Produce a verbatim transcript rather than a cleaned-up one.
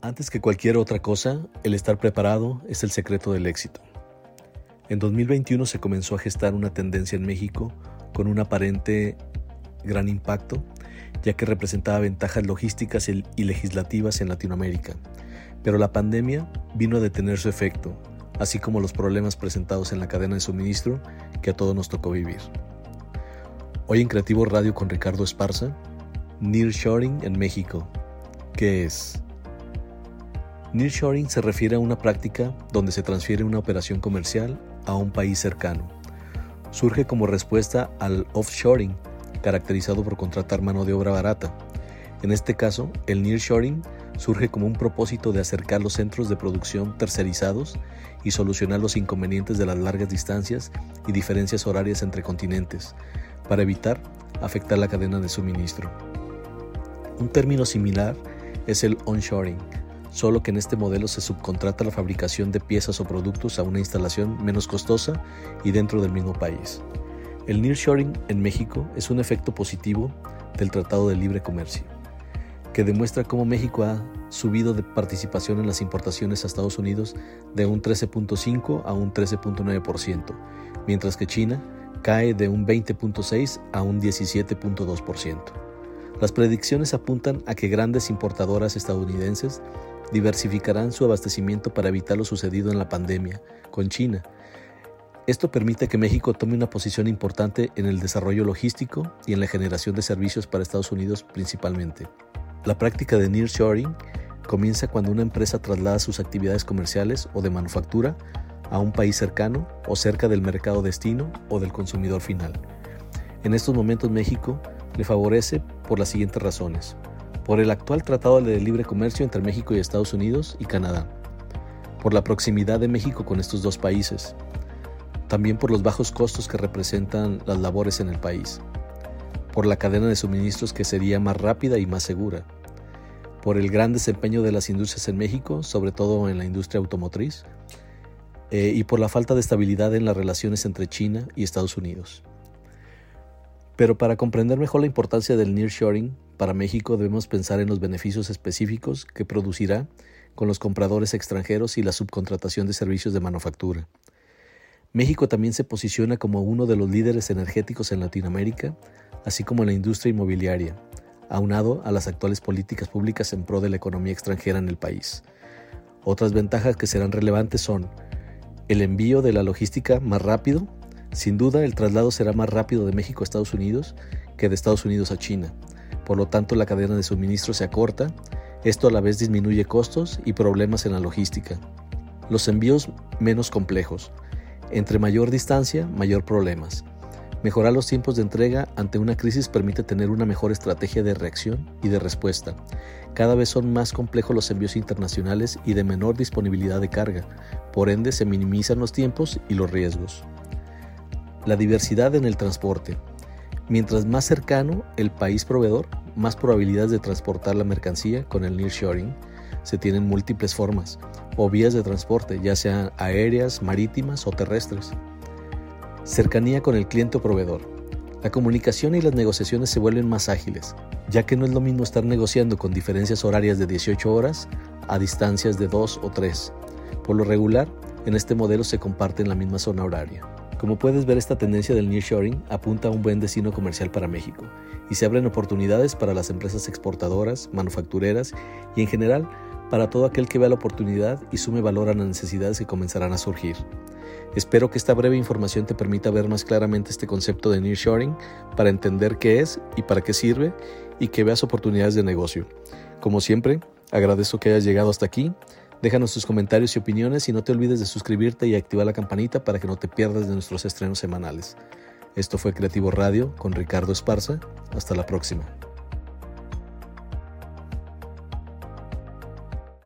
Antes que cualquier otra cosa, el estar preparado es el secreto del éxito. En dos mil veintiuno se comenzó a gestar una tendencia en México con un aparente gran impacto, ya que representaba ventajas logísticas y legislativas en Latinoamérica. Pero la pandemia vino a detener su efecto, así como los problemas presentados en la cadena de suministro que a todos nos tocó vivir. Hoy en Creativo Radio con Ricardo Esparza, Nearshoring en México. ¿Qué es? Nearshoring se refiere a una práctica donde se transfiere una operación comercial a un país cercano. Surge como respuesta al offshoring, caracterizado por contratar mano de obra barata. En este caso, el nearshoring surge como un propósito de acercar los centros de producción tercerizados y solucionar los inconvenientes de las largas distancias y diferencias horarias entre continentes, para evitar afectar la cadena de suministro. Un término similar es el onshoring, solo que en este modelo se subcontrata la fabricación de piezas o productos a una instalación menos costosa y dentro del mismo país. El nearshoring en México es un efecto positivo del Tratado de Libre Comercio, que demuestra cómo México ha subido de participación en las importaciones a Estados Unidos de un trece punto cinco a un trece punto nueve por ciento, mientras que China cae de un veinte punto seis a un diecisiete punto dos por ciento. Las predicciones apuntan a que grandes importadoras estadounidenses diversificarán su abastecimiento para evitar lo sucedido en la pandemia con China. Esto permite que México tome una posición importante en el desarrollo logístico y en la generación de servicios para Estados Unidos principalmente. La práctica de nearshoring comienza cuando una empresa traslada sus actividades comerciales o de manufactura a un país cercano o cerca del mercado destino o del consumidor final. En estos momentos México le favorece por las siguientes razones: por el actual Tratado de Libre Comercio entre México y Estados Unidos y Canadá, por la proximidad de México con estos dos países, también por los bajos costos que representan las labores en el país, por la cadena de suministros que sería más rápida y más segura, por el gran desempeño de las industrias en México, sobre todo en la industria automotriz, eh, y por la falta de estabilidad en las relaciones entre China y Estados Unidos. Pero para comprender mejor la importancia del nearshoring para México debemos pensar en los beneficios específicos que producirá con los compradores extranjeros y la subcontratación de servicios de manufactura. México también se posiciona como uno de los líderes energéticos en Latinoamérica, así como en la industria inmobiliaria, aunado a las actuales políticas públicas en pro de la economía extranjera en el país. Otras ventajas que serán relevantes son el envío de la logística más rápido. Sin duda, el traslado será más rápido de México a Estados Unidos que de Estados Unidos a China. Por lo tanto, la cadena de suministro se acorta. Esto a la vez disminuye costos y problemas en la logística. Los envíos menos complejos. Entre mayor distancia, mayor problemas. Mejorar los tiempos de entrega ante una crisis permite tener una mejor estrategia de reacción y de respuesta. Cada vez son más complejos los envíos internacionales y de menor disponibilidad de carga. Por ende, se minimizan los tiempos y los riesgos. La diversidad en el transporte. Mientras más cercano el país proveedor, más probabilidades de transportar la mercancía. Con el nearshoring se tienen múltiples formas o vías de transporte, ya sean aéreas, marítimas o terrestres. Cercanía con el cliente o proveedor. La comunicación y las negociaciones se vuelven más ágiles, ya que no es lo mismo estar negociando con diferencias horarias de dieciocho horas a distancias de dos o tres. Por lo regular, en este modelo se comparten la misma zona horaria. Como puedes ver, esta tendencia del nearshoring apunta a un buen destino comercial para México y se abren oportunidades para las empresas exportadoras, manufactureras y en general para todo aquel que vea la oportunidad y sume valor a las necesidades que comenzarán a surgir. Espero que esta breve información te permita ver más claramente este concepto de nearshoring para entender qué es y para qué sirve y que veas oportunidades de negocio. Como siempre, agradezco que hayas llegado hasta aquí. Déjanos tus comentarios y opiniones y no te olvides de suscribirte y activar la campanita para que no te pierdas de nuestros estrenos semanales. Esto fue Creativo Radio con Ricardo Esparza. Hasta la próxima.